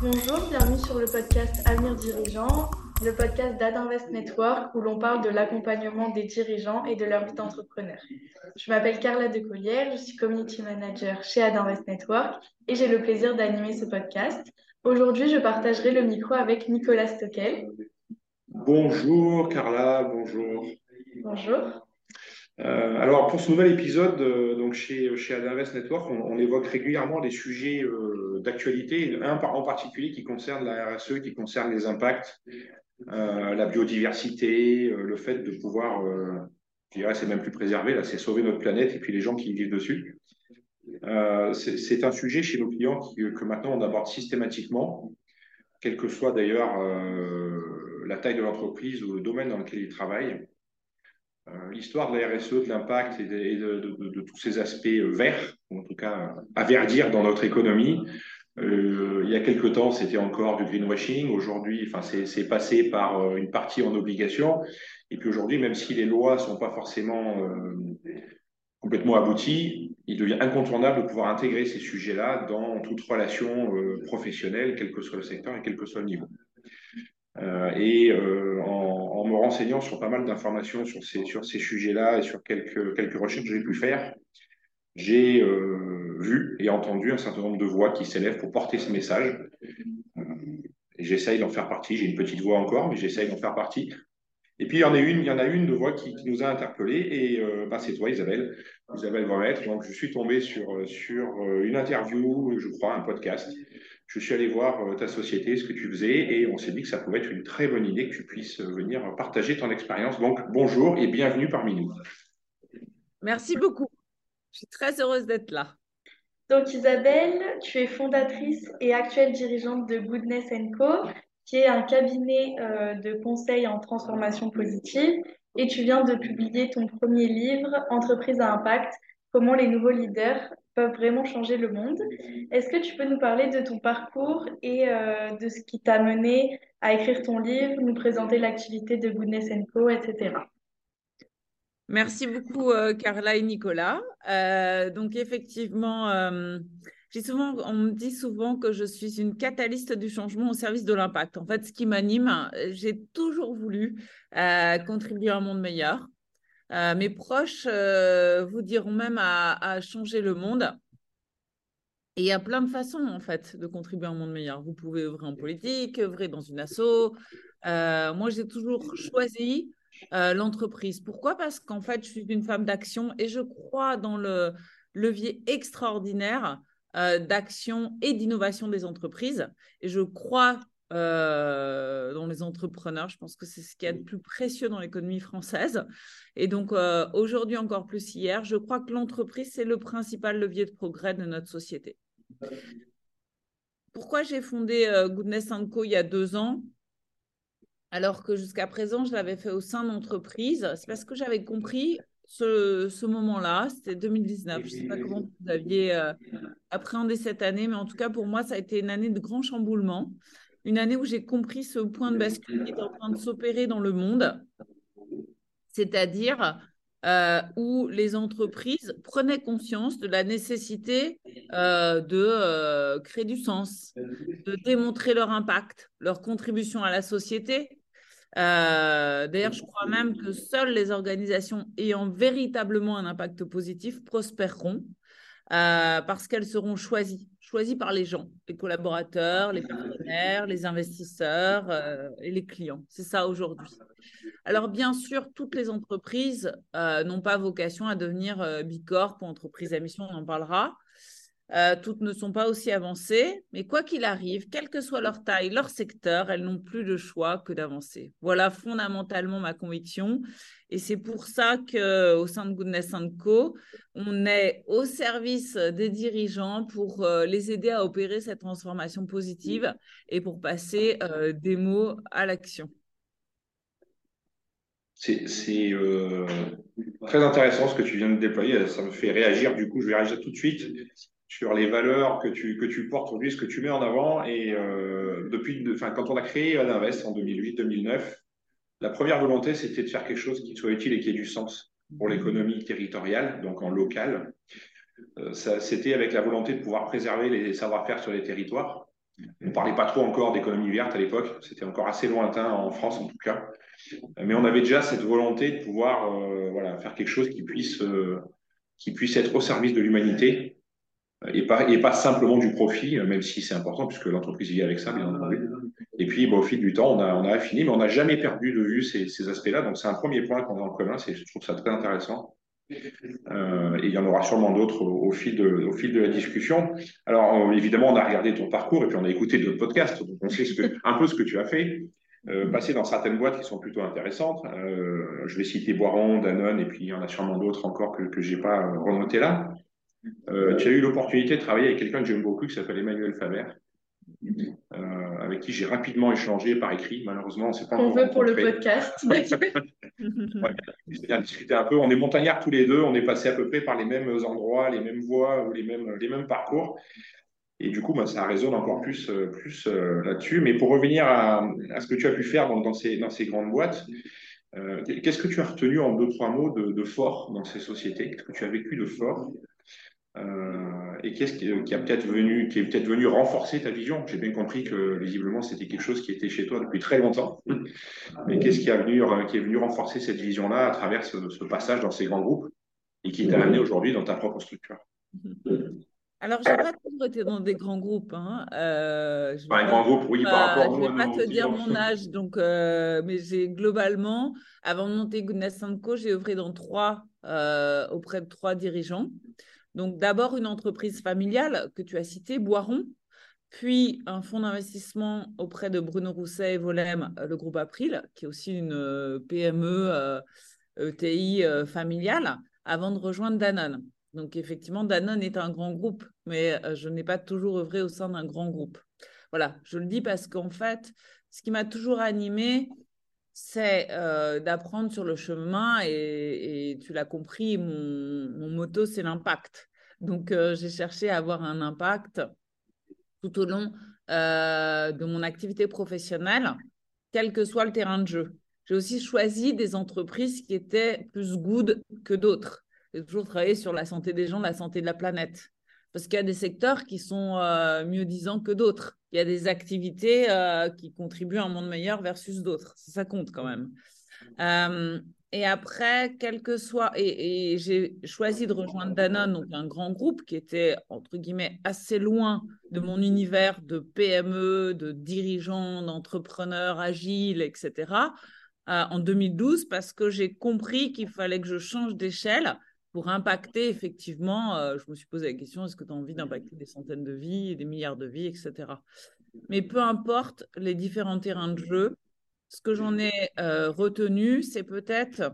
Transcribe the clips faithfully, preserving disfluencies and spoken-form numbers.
Bonjour, bienvenue sur le podcast Avenir Dirigeant, le podcast d'Adinvest Network où l'on parle de l'accompagnement des dirigeants et de leur vie d'entrepreneur. Je m'appelle Carla Decollière, je suis Community Manager chez Adinvest Network et j'ai le plaisir d'animer ce podcast. Aujourd'hui, je partagerai le micro avec Nicolas Stockel. Bonjour Carla, bonjour. Bonjour. Euh, alors pour ce nouvel épisode, euh, donc chez, chez Adinvest Network, on, on évoque régulièrement des sujets euh, d'actualité, un par- en particulier qui concerne la R S E, qui concerne les impacts, euh, la biodiversité, euh, le fait de pouvoir, euh, je dirais c'est même plus préserver, là c'est sauver notre planète et puis les gens qui y vivent dessus. Euh, c'est c'est un sujet chez nos clients qui, que maintenant on aborde systématiquement, quelle que soit d'ailleurs euh, la taille de l'entreprise ou le domaine dans lequel ils travaillent. Euh, L'histoire de la R S E, de l'impact et, de, et de, de, de, de, tous ces aspects verts, ou en tout cas à verdir dans notre économie. Euh, il y a quelque temps, c'était encore du greenwashing. Aujourd'hui, enfin, c'est passé par euh, une partie en obligation. Et puis aujourd'hui, même si les lois ne sont pas forcément euh, complètement abouties, il devient incontournable de pouvoir intégrer ces sujets-là dans toute relation euh, professionnelle, quel que soit le secteur et quel que soit le niveau. Euh, et euh, en, en me renseignant sur pas mal d'informations sur ces, sur ces sujets-là et sur quelques, quelques recherches que j'ai pu faire, j'ai euh, vu et entendu un certain nombre de voix qui s'élèvent pour porter ce message. Euh, et j'essaye d'en faire partie. J'ai une petite voix encore, mais j'essaye d'en faire partie. Et puis, il y en a une, il y en a une de voix qui, qui nous a interpellés, et euh, bah, c'est toi, Isabelle, Isabelle Gromette. Donc, je suis tombé sur, sur une interview, je crois, un podcast. Je suis allé voir euh, ta société, ce que tu faisais, et on s'est dit que ça pouvait être une très bonne idée que tu puisses venir partager ton expérience. Donc, bonjour et bienvenue parmi nous. Merci beaucoup. Je suis très heureuse d'être là. Donc Isabelle, tu es fondatrice et actuelle dirigeante de Goodness and Co, qui est un cabinet euh, de conseil en transformation positive, et tu viens de publier ton premier livre, Entreprise à impact, comment les nouveaux leaders peuvent vraiment changer le monde. Est-ce que tu peux nous parler de ton parcours et euh, de ce qui t'a mené à écrire ton livre, nous présenter l'activité de Goodness and Co, et cetera. Merci beaucoup, euh, Carla et Nicolas. Euh, donc, effectivement, euh, j'ai souvent, on me dit souvent que je suis une catalyste du changement au service de l'impact. En fait, ce qui m'anime, j'ai toujours voulu euh, contribuer à un monde meilleur. Euh, mes proches euh, vous diront même à, à changer le monde. Et il y a plein de façons, en fait, de contribuer à un monde meilleur. Vous pouvez œuvrer en politique, œuvrer dans une asso. Euh, moi, j'ai toujours choisi euh, l'entreprise. Pourquoi? Parce qu'en fait, je suis une femme d'action et je crois dans le levier extraordinaire euh, d'action et d'innovation des entreprises. Et je crois euh, dans les entrepreneurs. Je pense que c'est ce qu'il y a de plus précieux dans l'économie française. Et donc, euh, aujourd'hui, encore plus hier, je crois que l'entreprise, c'est le principal levier de progrès de notre société. Pourquoi j'ai fondé euh, Goodness and Co il y a deux ans, alors que jusqu'à présent, je l'avais fait au sein d'entreprises? C'est parce que j'avais compris ce, ce moment-là, c'était deux mille dix-neuf. Je ne sais pas comment vous aviez euh, appréhendé cette année, mais en tout cas, pour moi, ça a été une année de grand chamboulement. Une année où j'ai compris ce point de bascule qui est en train de s'opérer dans le monde, c'est-à-dire euh, où les entreprises prenaient conscience de la nécessité euh, de euh, créer du sens, de démontrer leur impact, leur contribution à la société. Euh, D'ailleurs, je crois même que seules les organisations ayant véritablement un impact positif prospéreront euh, parce qu'elles seront choisies, choisies par les gens, les collaborateurs, les partenaires, les investisseurs euh, et les clients. C'est ça aujourd'hui. Alors, bien sûr, toutes les entreprises euh, n'ont pas vocation à devenir euh, Bicorp ou entreprise à mission, on en parlera. Euh, toutes ne sont pas aussi avancées, mais quoi qu'il arrive, quelle que soit leur taille, leur secteur, elles n'ont plus le choix que d'avancer. Voilà fondamentalement ma conviction. Et c'est pour ça qu'au sein de Goodness and Co, on est au service des dirigeants pour euh, les aider à opérer cette transformation positive et pour passer euh, des mots à l'action. C'est euh, très intéressant ce que tu viens de déployer. Ça me fait réagir. Du coup, je vais réagir tout de suite sur les valeurs que tu, que tu portes aujourd'hui, ce que tu mets en avant. Et euh, depuis, enfin, quand on a créé Adinvest en deux mille huit deux mille neuf, la première volonté, c'était de faire quelque chose qui soit utile et qui ait du sens pour l'économie territoriale, donc en local. Euh, ça, c'était avec la volonté de pouvoir préserver les savoir-faire sur les territoires. On ne parlait pas trop encore d'économie verte à l'époque, c'était encore assez lointain en France en tout cas. Mais on avait déjà cette volonté de pouvoir euh, voilà, faire quelque chose qui puisse, euh, qui puisse être au service de l'humanité et pas, et pas simplement du profit, même si c'est important puisque l'entreprise vit avec ça, bien entendu. Et puis, bon, au fil du temps, on a, on a affiné, mais on n'a jamais perdu de vue ces, ces aspects-là. Donc, c'est un premier point qu'on a en commun. C'est, je trouve ça très intéressant. Euh, et il y en aura sûrement d'autres au, au, fil de, au fil de la discussion. Alors, euh, évidemment, on a regardé ton parcours et puis on a écouté d'autres podcasts. Donc, on sait ce que, un peu ce que tu as fait. Euh, passer dans certaines boîtes qui sont plutôt intéressantes. Euh, je vais citer Boiron, Danone, et puis il y en a sûrement d'autres encore que, que je n'ai pas renoté là. Euh, tu as eu l'opportunité de travailler avec quelqu'un que j'aime beaucoup qui s'appelle Emmanuel Faber. Euh, avec qui j'ai rapidement échangé par écrit. Malheureusement, on ne s'est pas On encore veut pour le rencontrés. podcast. Ouais, c'est-à-dire discuter un peu. On est montagnards tous les deux. On est passé à peu près par les mêmes endroits, les mêmes voies ou les mêmes, les mêmes parcours. Et du coup, bah, ça résonne encore plus, plus euh, là-dessus. Mais pour revenir à, à ce que tu as pu faire dans, dans, ces, dans ces grandes boîtes, euh, qu'est-ce que tu as retenu en deux, trois mots de, de fort dans ces sociétés? Qu'est-ce que tu as vécu de fort? Euh, et qu'est-ce qui, qui a peut-être venu, qui est peut-être venu renforcer ta vision? J'ai bien compris que visiblement c'était quelque chose qui était chez toi depuis très longtemps. Mais qu'est-ce qui, a venu, qui est venu renforcer cette vision-là à travers ce, ce passage dans ces grands groupes et qui t'a amené aujourd'hui dans ta propre structure? Alors, je n'ai pas toujours été dans des grands groupes. Hein. Euh, je Enfin, un vais grand groupe, oui, par rapport pas, à je nous, vais à pas nos te dire clients. mon âge, donc, euh, mais j'ai globalement, avant de monter Goodness and Co, j'ai œuvré dans trois, euh, auprès de trois dirigeants. Donc, d'abord, une entreprise familiale que tu as citée, Boiron, puis un fonds d'investissement auprès de Bruno Rousset et Volem, le groupe April, qui est aussi une euh, P M E, euh, E T I euh, familiale, avant de rejoindre Danone. Donc, effectivement, Danone est un grand groupe, mais euh, je n'ai pas toujours œuvré au sein d'un grand groupe. Voilà, je le dis parce qu'en fait, ce qui m'a toujours animée, c'est euh, d'apprendre sur le chemin et, et tu l'as compris, mon, mon motto, c'est l'impact. Donc, euh, j'ai cherché à avoir un impact tout au long euh, de mon activité professionnelle, quel que soit le terrain de jeu. J'ai aussi choisi des entreprises qui étaient plus good que d'autres. J'ai toujours travaillé sur la santé des gens, la santé de la planète. Parce qu'il y a des secteurs qui sont euh, mieux disants que d'autres. Il y a des activités euh, qui contribuent à un monde meilleur versus d'autres. Ça compte quand même. Euh, et après, quel que soit... Et, et j'ai choisi de rejoindre Danone, donc un grand groupe qui était, entre guillemets, assez loin de mon univers de P M E, de dirigeants, d'entrepreneurs agiles, et cetera, euh, en deux mille douze, parce que j'ai compris qu'il fallait que je change d'échelle pour impacter, effectivement, euh, je me suis posé la question, est-ce que tu as envie d'impacter des centaines de vies, des milliards de vies, et cetera. Mais peu importe les différents terrains de jeu, ce que j'en ai euh, retenu, c'est peut-être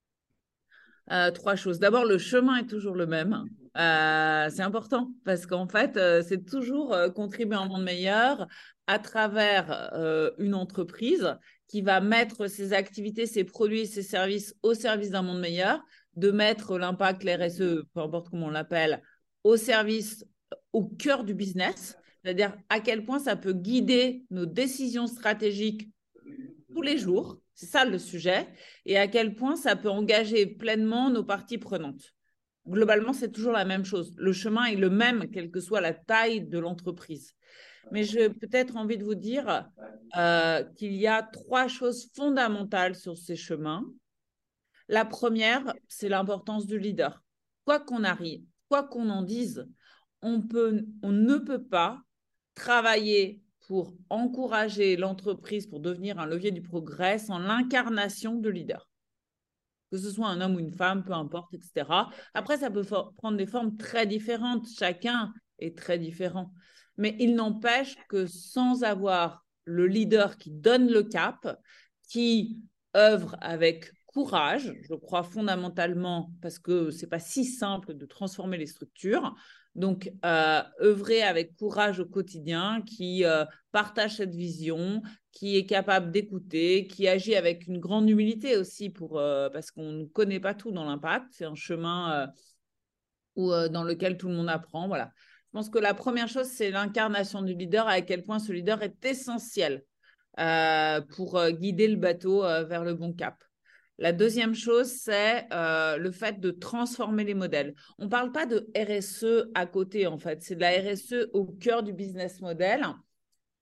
euh, trois choses. D'abord, le chemin est toujours le même. Euh, c'est important parce qu'en fait, euh, c'est toujours euh, contribuer à un monde meilleur à travers euh, une entreprise qui va mettre ses activités, ses produits, ses services au service d'un monde meilleur, de mettre l'impact, l'R S E, peu importe comment on l'appelle, au service, au cœur du business, c'est-à-dire à quel point ça peut guider nos décisions stratégiques tous les jours, c'est ça le sujet, et à quel point ça peut engager pleinement nos parties prenantes. Globalement, c'est toujours la même chose. Le chemin est le même, quelle que soit la taille de l'entreprise. Mais j'ai peut-être envie de vous dire euh, qu'il y a trois choses fondamentales sur ces chemins. La première, c'est l'importance du leader. Quoi qu'on arrive, quoi qu'on en dise, on, peut, on ne peut pas travailler pour encourager l'entreprise, pour devenir un levier du progrès sans l'incarnation de leader. Que ce soit un homme ou une femme, peu importe, et cetera. Après, ça peut prendre des formes très différentes. Chacun est très différent. Mais il n'empêche que sans avoir le leader qui donne le cap, qui œuvre avec courage, je crois fondamentalement, parce que ce n'est pas si simple de transformer les structures, donc, euh, œuvrer avec courage au quotidien, qui euh, partage cette vision, qui est capable d'écouter, qui agit avec une grande humilité aussi, pour, euh, parce qu'on ne connaît pas tout dans l'impact. C'est un chemin euh, où, euh, dans lequel tout le monde apprend. Voilà. Je pense que la première chose, c'est l'incarnation du leader, à quel point ce leader est essentiel euh, pour euh, guider le bateau euh, vers le bon cap. La deuxième chose, c'est euh, le fait de transformer les modèles. On ne parle pas de R S E à côté, en fait. C'est de la R S E au cœur du business model.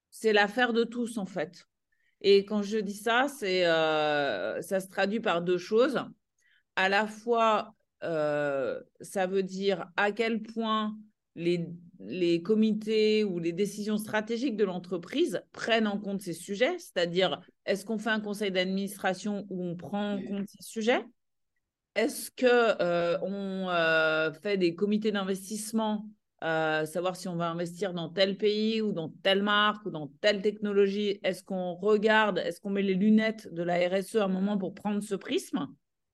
c'est l'affaire de tous, en fait. Et quand je dis ça, c'est, euh, ça se traduit par deux choses. À la fois, euh, ça veut dire à quel point les, les comités ou les décisions stratégiques de l'entreprise prennent en compte ces sujets, c'est-à-dire est-ce qu'on fait un conseil d'administration où on prend en compte ces sujets? Est-ce que euh, on euh, fait des comités d'investissement, euh, savoir si on va investir dans tel pays ou dans telle marque ou dans telle technologie? Est-ce qu'on regarde, est-ce qu'on met les lunettes de la R S E à un moment pour prendre ce prisme?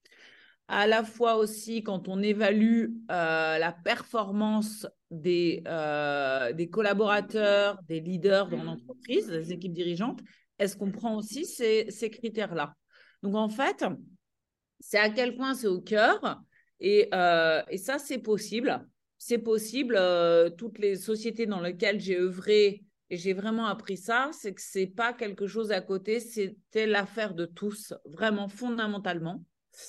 À la fois aussi, quand on évalue euh, la performance des, euh, des collaborateurs, des leaders dans l'entreprise, des équipes dirigeantes, est-ce qu'on prend aussi ces, ces critères-là? Donc, en fait, c'est à quel point c'est au cœur. Et, euh, et ça, c'est possible. C'est possible. Euh, toutes les sociétés dans lesquelles j'ai œuvré et j'ai vraiment appris ça, c'est que ce n'est pas quelque chose à côté, c'était l'affaire de tous, vraiment fondamentalement.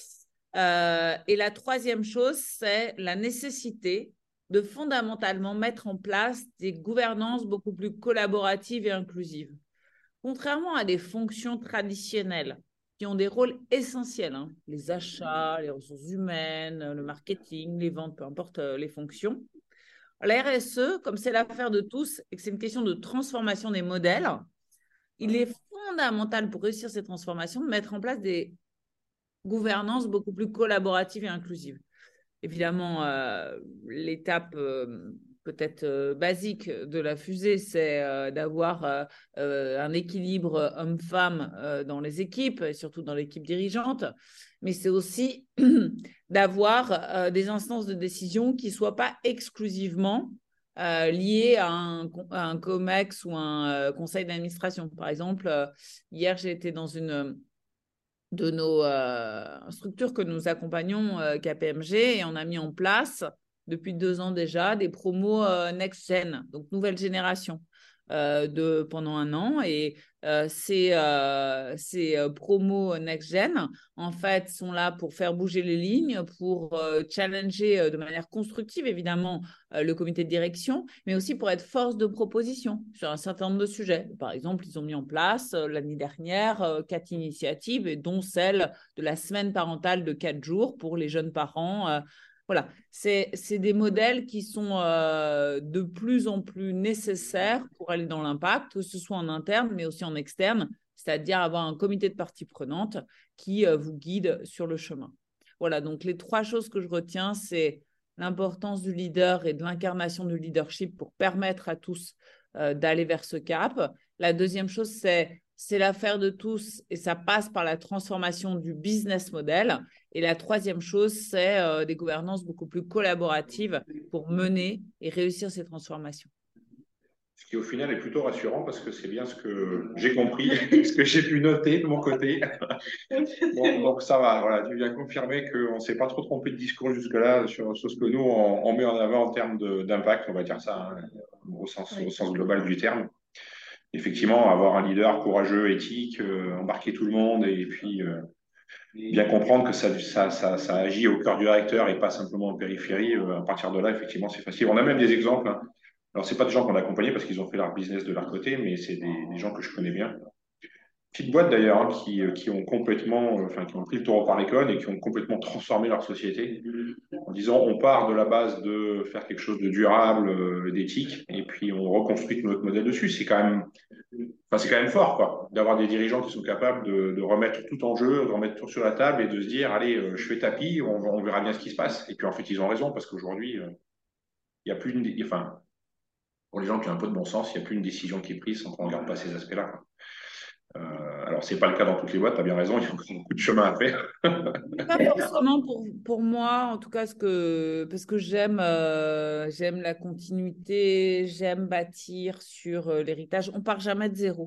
Euh, et la troisième chose, c'est la nécessité de fondamentalement mettre en place des gouvernances beaucoup plus collaboratives et inclusives. Contrairement à des fonctions traditionnelles qui ont des rôles essentiels, hein, les achats, les ressources humaines, le marketing, les ventes, peu importe euh, les fonctions, la R S E, comme c'est l'affaire de tous et que c'est une question de transformation des modèles, il est fondamental pour réussir ces transformations de mettre en place des gouvernances beaucoup plus collaboratives et inclusives. Évidemment, euh, l'étape euh, peut-être euh, basique de la fusée, c'est euh, d'avoir euh, euh, un équilibre homme-femme euh, dans les équipes, et surtout dans l'équipe dirigeante, mais c'est aussi d'avoir euh, des instances de décision qui ne soient pas exclusivement euh, liées à un, à un COMEX ou un euh, conseil d'administration. Par exemple, euh, hier, j'ai été dans une de nos euh, structures que nous accompagnons, euh, K P M G, et on a mis en place depuis deux ans déjà des promos euh, Next Gen, donc nouvelle génération, euh, de, pendant un an. Et euh, ces, euh, ces euh, promos Next Gen, en fait, sont là pour faire bouger les lignes, pour euh, challenger euh, de manière constructive, évidemment, euh, le comité de direction, mais aussi pour être force de proposition sur un certain nombre de sujets. Par exemple, ils ont mis en place euh, l'année dernière euh, quatre initiatives, et dont celle de la semaine parentale de quatre jours pour les jeunes parents. Euh, voilà, c'est, c'est des modèles qui sont euh, de plus en plus nécessaires pour aller dans l'impact, que ce soit en interne, mais aussi en externe, c'est-à-dire avoir un comité de parties prenantes qui euh, vous guide sur le chemin. Voilà, donc les trois choses que je retiens, c'est l'importance du leader et de l'incarnation du leadership pour permettre à tous euh, d'aller vers ce cap. La deuxième chose, c'est c'est l'affaire de tous et ça passe par la transformation du business model. Et la troisième chose, c'est euh, des gouvernances beaucoup plus collaboratives pour mener et réussir ces transformations. Ce qui au final est plutôt rassurant parce que c'est bien ce que j'ai compris, ce que j'ai pu noter de mon côté. Bon, donc ça va, voilà, tu viens confirmer qu'on ne s'est pas trop trompé de discours jusque-là sur, sur ce que nous, on, on met en avant en termes de- d'impact, on va dire ça, hein, au sens, au sens global du terme. Effectivement, avoir un leader courageux, éthique, euh, embarquer tout le monde et puis euh, bien comprendre que ça, ça, ça, ça agit au cœur du réacteur et pas simplement en périphérie. Euh, à partir de là, effectivement, c'est facile. On a même des exemples, hein. Alors, c'est pas des gens qu'on a accompagnés parce qu'ils ont fait leur business de leur côté, mais c'est des, des gens que je connais bien. Petites boîtes d'ailleurs, hein, qui, qui ont complètement, euh, enfin, qui ont pris le taureau par les cornes et qui ont complètement transformé leur société en disant on part de la base de faire quelque chose de durable, euh, d'éthique, et puis on reconstruit notre modèle dessus. C'est quand même, enfin, c'est quand même fort, quoi, d'avoir des dirigeants qui sont capables de, de remettre tout en jeu, de remettre tout sur la table et de se dire allez, euh, je fais tapis, on, on verra bien ce qui se passe. Et puis en fait, ils ont raison parce qu'aujourd'hui, euh, il n'y a plus une, enfin, pour les gens qui ont un peu de bon sens, il n'y a plus une décision qui est prise sans qu'on ne regarde pas ces aspects-là, quoi. Euh, alors, ce n'est pas le cas dans toutes les boîtes, tu as bien raison, il y a encore beaucoup de chemin à faire. Pas forcément pour, pour moi, en tout cas, ce que, parce que j'aime euh, j'aime la continuité, j'aime bâtir sur euh, l'héritage. On part jamais de zéro.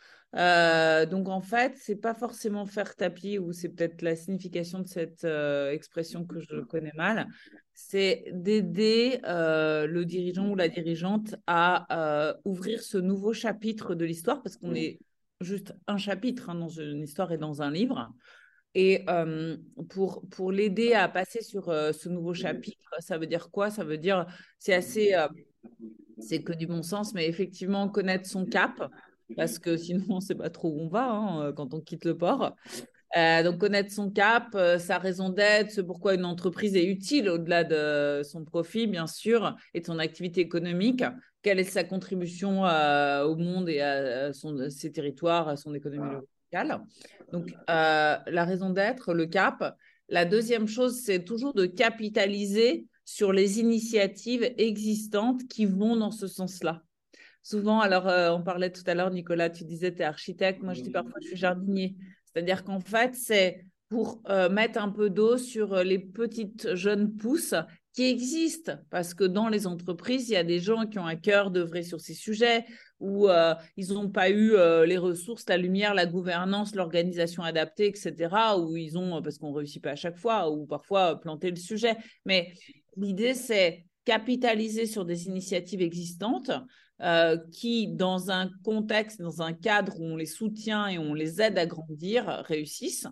Euh, donc, en fait, c'est pas forcément faire tapis, ou c'est peut-être la signification de cette euh, expression que je connais mal. C'est d'aider euh, le dirigeant ou la dirigeante à euh, ouvrir ce nouveau chapitre de l'histoire, parce qu'on est juste un chapitre, hein, dans une histoire et dans un livre. Et euh, pour, pour l'aider à passer sur euh, ce nouveau chapitre, ça veut dire quoi? Ça veut dire, c'est assez, euh, c'est que du bon sens, mais effectivement, connaître son cap, parce que sinon, on ne sait pas trop où on va hein, quand on quitte le port. Euh, donc, connaître son cap, euh, sa raison d'être, ce pourquoi une entreprise est utile au-delà de son profit, bien sûr, et de son activité économique. Quelle est sa contribution euh, au monde et à, à son, à ses territoires, à son économie locale. Donc, euh, la raison d'être, le cap. La deuxième chose, c'est toujours de capitaliser sur les initiatives existantes qui vont dans ce sens-là. Souvent, alors, euh, on parlait tout à l'heure, Nicolas, tu disais, tu es architecte. Moi, je dis parfois, je suis jardinier. C'est-à-dire qu'en fait, c'est pour euh, mettre un peu d'eau sur euh, les petites jeunes pousses qui existent. Parce que dans les entreprises, il y a des gens qui ont à cœur d'œuvrer sur ces sujets, où euh, ils n'ont pas eu euh, les ressources, la lumière, la gouvernance, l'organisation adaptée, et cetera. Où ils ont, parce qu'on ne réussit pas à chaque fois, ou parfois planter le sujet. Mais l'idée, c'est capitaliser sur des initiatives existantes euh, qui, dans un contexte, dans un cadre où on les soutient et on les aide à grandir, réussissent.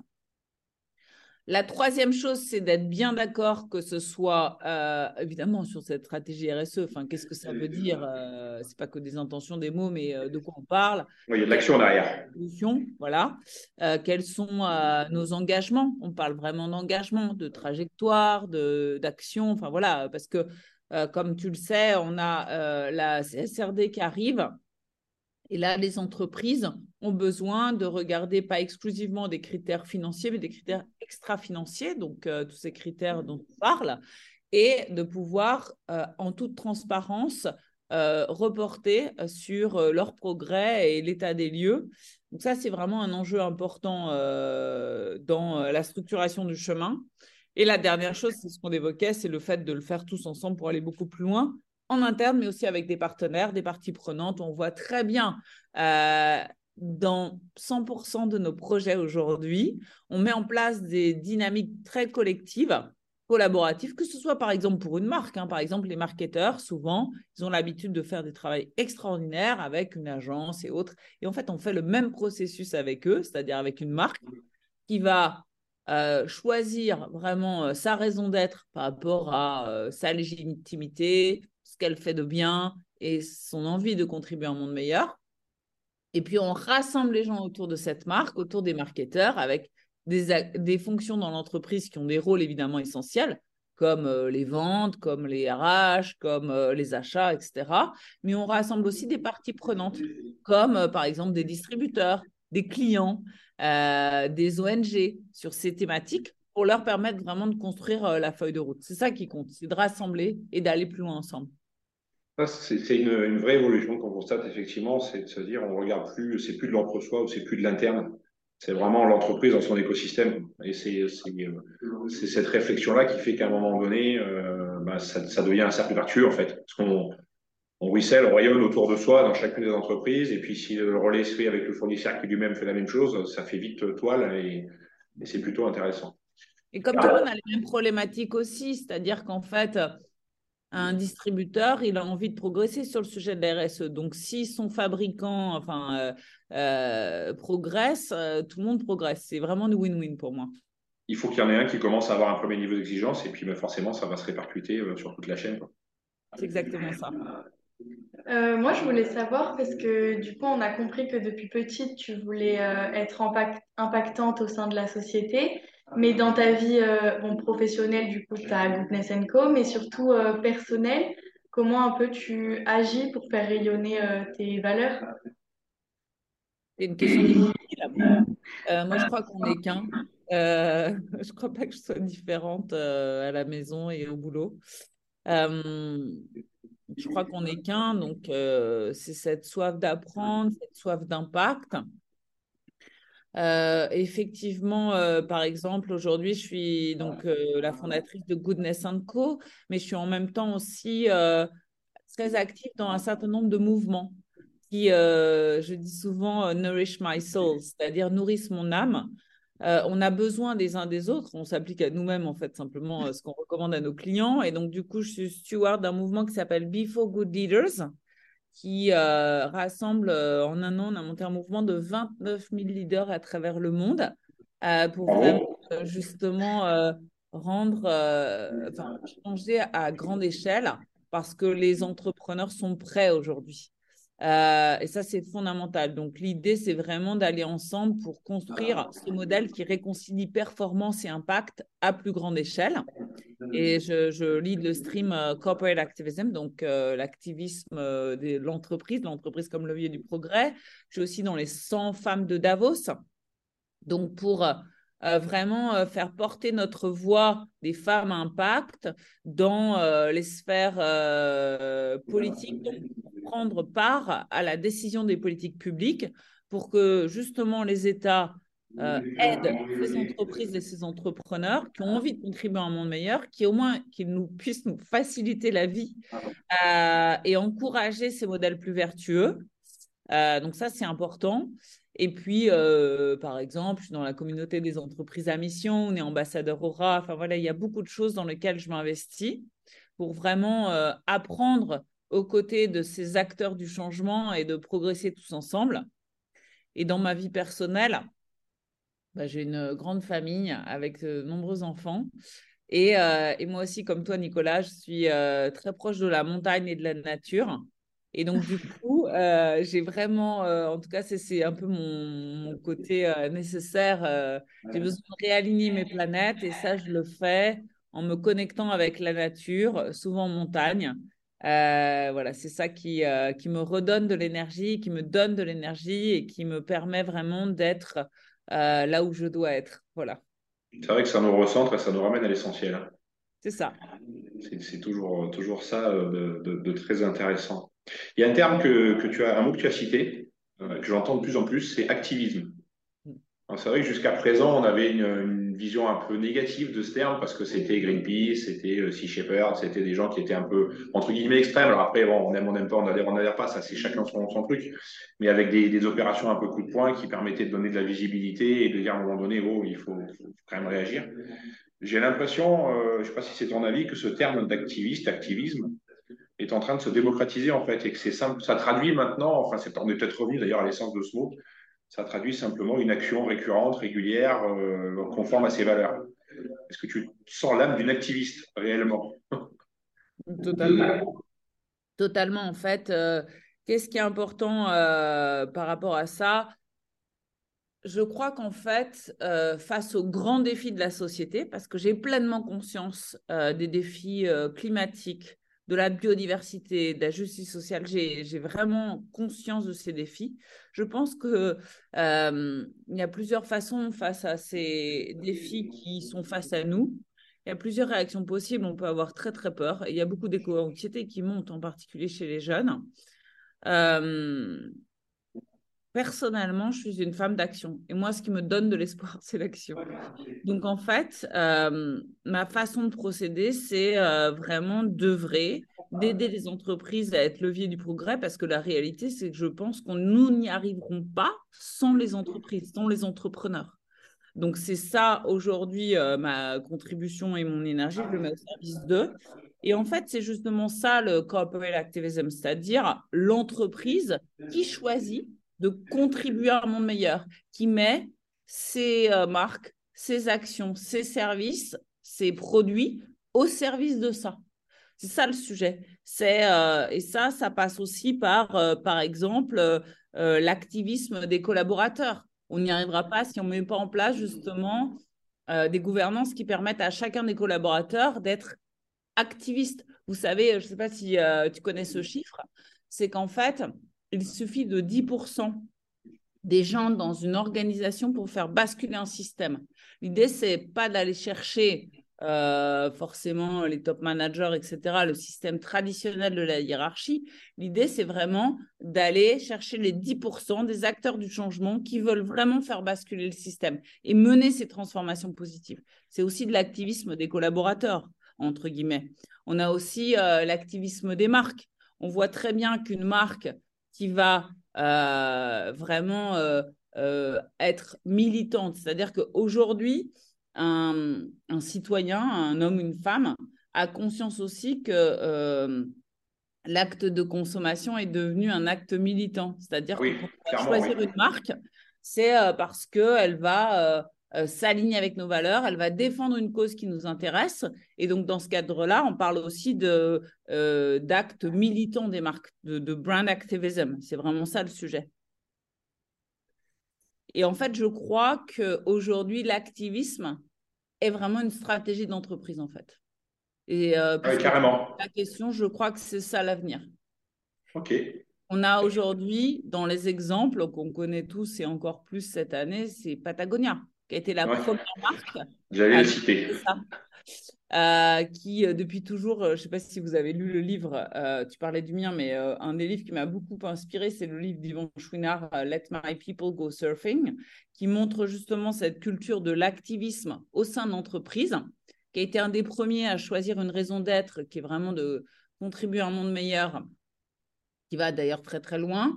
La troisième chose, c'est d'être bien d'accord que ce soit, euh, évidemment, sur cette stratégie R S E, enfin, qu'est-ce que ça veut dire euh, c'est pas que des intentions, des mots, mais euh, de quoi on parle. Oui, il y a de l'action derrière. Voilà. Euh, quels sont euh, nos engagements? On parle vraiment d'engagement, de trajectoire, de, d'action, enfin voilà, parce que, euh, comme tu le sais, on a euh, la C S R D qui arrive. Et là, les entreprises ont besoin de regarder pas exclusivement des critères financiers, mais des critères extra-financiers, donc euh, tous ces critères dont on parle, et de pouvoir, euh, en toute transparence, euh, reporter sur euh, leur progrès et l'état des lieux. Donc ça, c'est vraiment un enjeu important euh, dans la structuration du chemin. Et la dernière chose, c'est ce qu'on évoquait, c'est le fait de le faire tous ensemble pour aller beaucoup plus loin en interne, mais aussi avec des partenaires, des parties prenantes. On voit très bien euh, dans cent pour cent de nos projets aujourd'hui, on met en place des dynamiques très collectives, collaboratives, que ce soit par exemple pour une marque. Hein. Par exemple, les marketeurs, souvent, ils ont l'habitude de faire des travaux extraordinaires avec une agence et autres. Et en fait, on fait le même processus avec eux, c'est-à-dire avec une marque qui va euh, choisir vraiment euh, sa raison d'être par rapport à euh, sa légitimité, ce qu'elle fait de bien et son envie de contribuer à un monde meilleur. Et puis, on rassemble les gens autour de cette marque, autour des marketeurs, avec des, des fonctions dans l'entreprise qui ont des rôles évidemment essentiels, comme euh, les ventes, comme les R H, comme euh, les achats, et cetera. Mais on rassemble aussi des parties prenantes, comme euh, par exemple des distributeurs, des clients, euh, des O N G sur ces thématiques pour leur permettre vraiment de construire euh, la feuille de route. C'est ça qui compte, c'est de rassembler et d'aller plus loin ensemble. C'est une, une vraie évolution qu'on constate effectivement, c'est de se dire on regarde plus, c'est plus de l'entre-soi ou c'est plus de l'interne, c'est vraiment l'entreprise dans son écosystème. Et c'est cette réflexion-là qui fait qu'à un moment donné, euh, bah, ça, ça devient un cercle vertueux en fait. Parce qu'on on ruisselle, on rayonne autour de soi dans chacune des entreprises, et puis si le relais se fait avec le fournisseur qui lui-même fait la même chose, ça fait vite toile et, et c'est plutôt intéressant. Et comme tout le monde a les mêmes problématiques aussi, c'est-à-dire qu'en fait, un distributeur, il a envie de progresser sur le sujet de la R S E. Donc, si son fabricant enfin, euh, euh, progresse, euh, tout le monde progresse. C'est vraiment du win-win pour moi. Il faut qu'il y en ait un qui commence à avoir un premier niveau d'exigence, et puis ben, forcément, ça va se répercuter euh, sur toute la chaîne. C'est exactement ça. Euh, moi, je voulais savoir parce que du coup, on a compris que depuis petite, tu voulais euh, être impact- impactante au sein de la société. Mais dans ta vie euh, bon, professionnelle, du coup, tu as Goodness and Co, mais surtout euh, personnelle, comment un peu tu agis pour faire rayonner euh, tes valeurs? C'est une question difficile. Euh, moi, je crois qu'on n'est qu'un. Euh, je ne crois pas que je sois différente euh, à la maison et au boulot. Euh, je crois qu'on n'est qu'un, donc euh, c'est cette soif d'apprendre, cette soif d'impact. Euh, effectivement, euh, par exemple, aujourd'hui, je suis donc euh, la fondatrice de Goodness and Co, mais je suis en même temps aussi euh, très active dans un certain nombre de mouvements qui, euh, je dis souvent, euh, nourish my soul, c'est-à-dire nourrissent mon âme. Euh, on a besoin des uns des autres, on s'applique à nous-mêmes, en fait, simplement euh, ce qu'on recommande à nos clients. Et donc, du coup, je suis steward d'un mouvement qui s'appelle Be for Good Leaders, qui euh, rassemble euh, en un an, on a monté un mouvement de vingt-neuf mille leaders à travers le monde euh, pour vraiment euh, justement euh, rendre, euh, enfin, changer à grande échelle parce que les entrepreneurs sont prêts aujourd'hui. Euh, et ça, c'est fondamental. Donc, l'idée, c'est vraiment d'aller ensemble pour construire ce modèle qui réconcilie performance et impact à plus grande échelle. Et je, je lead le stream euh, Corporate Activism, donc euh, l'activisme euh, de l'entreprise, l'entreprise comme levier du progrès. Je suis aussi dans les cent femmes de Davos. Donc, pour euh, vraiment euh, faire porter notre voix des femmes à impact dans euh, les sphères euh, politiques, donc prendre part à la décision des politiques publiques pour que justement les États euh, aident ces entreprises et ces entrepreneurs qui ont envie de contribuer à un monde meilleur, qui au moins qu'ils nous puissent nous faciliter la vie euh, et encourager ces modèles plus vertueux. Euh, donc ça, c'est important. Et puis, euh, par exemple, je suis dans la communauté des entreprises à mission, on est ambassadeur Aura. Enfin voilà, il y a beaucoup de choses dans lesquelles je m'investis pour vraiment euh, apprendre aux côtés de ces acteurs du changement et de progresser tous ensemble. Et dans ma vie personnelle, bah, j'ai une grande famille avec de nombreux enfants. Et, euh, et moi aussi, comme toi, Nicolas, je suis euh, très proche de la montagne et de la nature. Et donc, du coup, euh, j'ai vraiment, euh, en tout cas, c'est, c'est un peu mon, mon côté euh, nécessaire. euh, j'ai besoin de réaligner mes planètes et ça, je le fais en me connectant avec la nature, souvent en montagne. Euh, voilà, c'est ça qui, euh, qui me redonne de l'énergie, qui me donne de l'énergie et qui me permet vraiment d'être euh, là où je dois être. Voilà, C'est vrai que ça nous recentre et ça nous ramène à l'essentiel, hein. c'est ça. C'est c'est toujours, toujours ça euh, de, de- de très intéressant. Il y a un terme que, que tu as, un mot que tu as cité, euh, que j'entends de plus en plus, c'est activisme. Alors, c'est vrai que jusqu'à présent, on avait une, une vision un peu négative de ce terme parce que c'était Greenpeace, c'était euh, Sea Shepherd, c'était des gens qui étaient un peu, entre guillemets, extrêmes. Alors après, bon, on aime, on n'aime pas, on adhère, on n'adhère pas, ça c'est chacun son, son truc, mais avec des, des opérations un peu coup de poing qui permettaient de donner de la visibilité et de dire à un moment donné, oh, il faut, faut quand même réagir. J'ai l'impression, euh, je ne sais pas si c'est ton avis, que ce terme d'activiste, activisme, est en train de se démocratiser en fait et que c'est simple, ça traduit maintenant, enfin c'est, on est peut-être revenu d'ailleurs à l'essence de ce mot, ça traduit simplement une action récurrente, régulière, euh, conforme à ses valeurs. Est-ce que tu sens l'âme d'une activiste réellement? Totalement. Totalement, en fait. Euh, qu'est-ce qui est important euh, par rapport à ça? Je crois qu'en fait, euh, face aux grands défis de la société, parce que j'ai pleinement conscience euh, des défis euh, climatiques, de la biodiversité, de la justice sociale, j'ai, j'ai vraiment conscience de ces défis. Je pense que euh, il y a plusieurs façons face à ces défis qui sont face à nous. Il y a plusieurs réactions possibles. On peut avoir très, très peur. Et il y a beaucoup d'éco-anxiété qui monte, en particulier chez les jeunes. Euh, Personnellement, je suis une femme d'action. Et moi, ce qui me donne de l'espoir, c'est l'action. Donc, en fait, euh, ma façon de procéder, c'est euh, vraiment d'œuvrer, d'aider les entreprises à être levier du progrès, parce que la réalité, c'est que je pense qu'on nous n'y arriverons pas sans les entreprises, sans les entrepreneurs. Donc, c'est ça, aujourd'hui, euh, ma contribution et mon énergie, je le mets au service d'eux. Et en fait, c'est justement ça, le corporate activism, c'est-à-dire l'entreprise qui choisit de contribuer à un monde meilleur, qui met ses euh, marques, ses actions, ses services, ses produits au service de ça. C'est ça le sujet. C'est, euh, et ça, ça passe aussi par, euh, par exemple, euh, euh, l'activisme des collaborateurs. On n'y arrivera pas si on ne met pas en place justement euh, des gouvernances qui permettent à chacun des collaborateurs d'être activiste. Vous savez, je ne sais pas si euh, tu connais ce chiffre, c'est qu'en fait, il suffit de dix pour cent des gens dans une organisation pour faire basculer un système. L'idée, c'est pas d'aller chercher euh, forcément les top managers, et cetera, le système traditionnel de la hiérarchie. L'idée, c'est vraiment d'aller chercher les dix pour cent des acteurs du changement qui veulent vraiment faire basculer le système et mener ces transformations positives. C'est aussi de l'activisme des collaborateurs, entre guillemets. On a aussi euh, l'activisme des marques. On voit très bien qu'une marque qui va euh, vraiment euh, euh, être militante. C'est-à-dire qu'aujourd'hui, un, un citoyen, un homme, une femme, a conscience aussi que euh, l'acte de consommation est devenu un acte militant. C'est-à-dire que Oui, quand on va clairement, oui. choisir une marque, c'est euh, parce qu'elle va euh, euh, s'aligne avec nos valeurs, elle va défendre une cause qui nous intéresse. Et donc, dans ce cadre-là, on parle aussi de, euh, d'actes militants des marques, de, de brand activism. C'est vraiment ça le sujet. Et en fait, je crois qu'aujourd'hui, l'activisme est vraiment une stratégie d'entreprise, en fait. Et euh, Oui, puisque carrément. la question, je crois que c'est ça l'avenir. Ok. On a aujourd'hui, dans les exemples qu'on connaît tous et encore plus cette année, c'est Patagonia, qui a été la Ouais. première marque J'allais à le citer. faire ça. Euh, qui euh, depuis toujours, euh, je ne sais pas si vous avez lu le livre, euh, tu parlais du mien, mais euh, un des livres qui m'a beaucoup inspiré, c'est le livre d'Yvon Chouinard, euh, Let My People Go Surfing, qui montre justement cette culture de l'activisme au sein d'entreprises, qui a été un des premiers à choisir une raison d'être, qui est vraiment de contribuer à un monde meilleur, qui va d'ailleurs très très loin,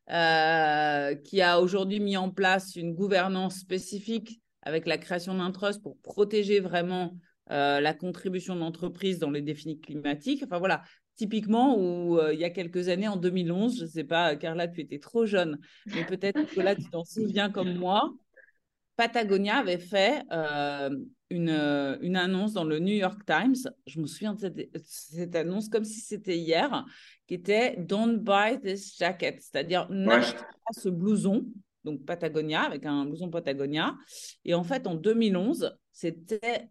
euh, qui a aujourd'hui mis en place une gouvernance spécifique avec la création d'un trust pour protéger vraiment euh, la contribution de l'entreprise dans les défis climatiques. Enfin voilà, typiquement où euh, il y a quelques années, en deux mille onze, je ne sais pas, Carla, tu étais trop jeune, mais peut-être que là, tu t'en souviens comme moi, Patagonia avait fait euh, une, euh, une annonce dans le New York Times. Je me souviens de cette, cette annonce comme si c'était hier, qui était Don't buy this jacket, c'est-à-dire Ouais. n'achetez pas ce blouson, donc Patagonia, avec un blouson Patagonia. Et en fait, en deux mille onze, c'était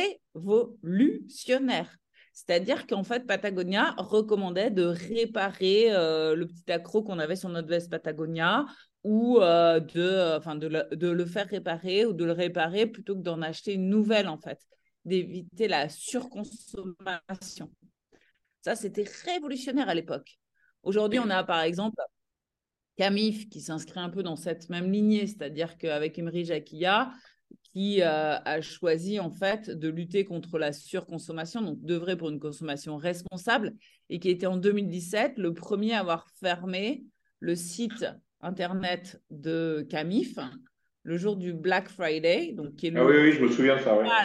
révolutionnaire. C'est-à-dire qu'en fait, Patagonia recommandait de réparer euh, le petit accroc qu'on avait sur notre veste Patagonia, ou euh, de, enfin de, le, de le faire réparer ou de le réparer plutôt que d'en acheter une nouvelle, en fait, d'éviter la surconsommation. Ça, c'était révolutionnaire à l'époque. Aujourd'hui, on a par exemple Camif qui s'inscrit un peu dans cette même lignée, c'est-à-dire qu'avec Emery Jacquia, qui euh, a choisi en fait de lutter contre la surconsommation, donc d'œuvrer pour une consommation responsable, et qui était en deux mille dix-sept le premier à avoir fermé le site internet de Camif le jour du Black Friday, donc qui est Ah oui, le oui, je me souviens de ça, ouais.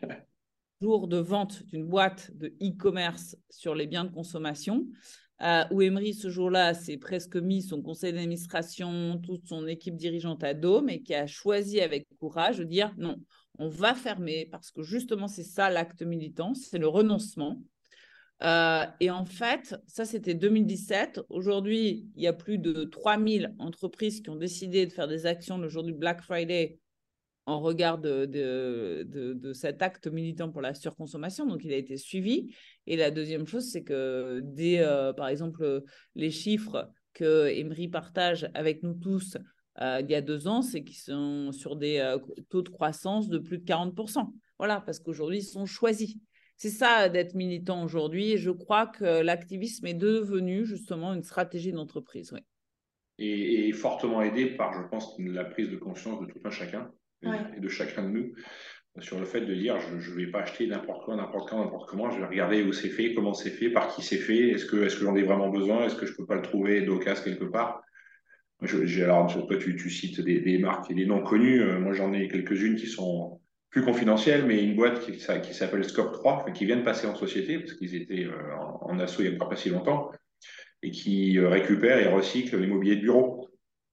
jour de vente d'une boîte de e-commerce sur les biens de consommation, euh, où Emery, ce jour-là, s'est presque mis son conseil d'administration, toute son équipe dirigeante à dos, mais qui a choisi avec courage de dire non, on va fermer parce que justement, c'est ça l'acte militant, c'est le renoncement. Euh, et en fait, ça, c'était deux mille dix-sept. Aujourd'hui, il y a plus de trois mille entreprises qui ont décidé de faire des actions le jour du Black Friday en regard de, de, de, de cet acte militant pour la surconsommation. Donc, il a été suivi. Et la deuxième chose, c'est que dès, euh, par exemple, les chiffres que Emery partage avec nous tous euh, il y a deux ans, c'est qu'ils sont sur des euh, taux de croissance de plus de quarante pour cent. Voilà, parce qu'aujourd'hui, ils sont choisis. C'est ça d'être militant aujourd'hui. Et je crois que l'activisme est devenu justement une stratégie d'entreprise. Oui. Et, et fortement aidé par, je pense, la prise de conscience de tout un chacun Ouais. et de chacun de nous sur le fait de dire je ne vais pas acheter n'importe quoi, n'importe quand, n'importe comment, je vais regarder où c'est fait, comment c'est fait, par qui c'est fait, est-ce que, est-ce que j'en ai vraiment besoin, est-ce que je peux pas le trouver d'occasion quelque part. Je, j'ai, alors, toi, tu, tu cites des, des marques et des noms connus. Euh, moi, j'en ai quelques-unes qui sont plus confidentielles, mais une boîte qui, ça, qui s'appelle Scope trois, enfin, qui vient de passer en société, parce qu'ils étaient euh, en, en assaut il n'y a pas si longtemps, et qui euh, récupère et recycle les mobiliers de bureau,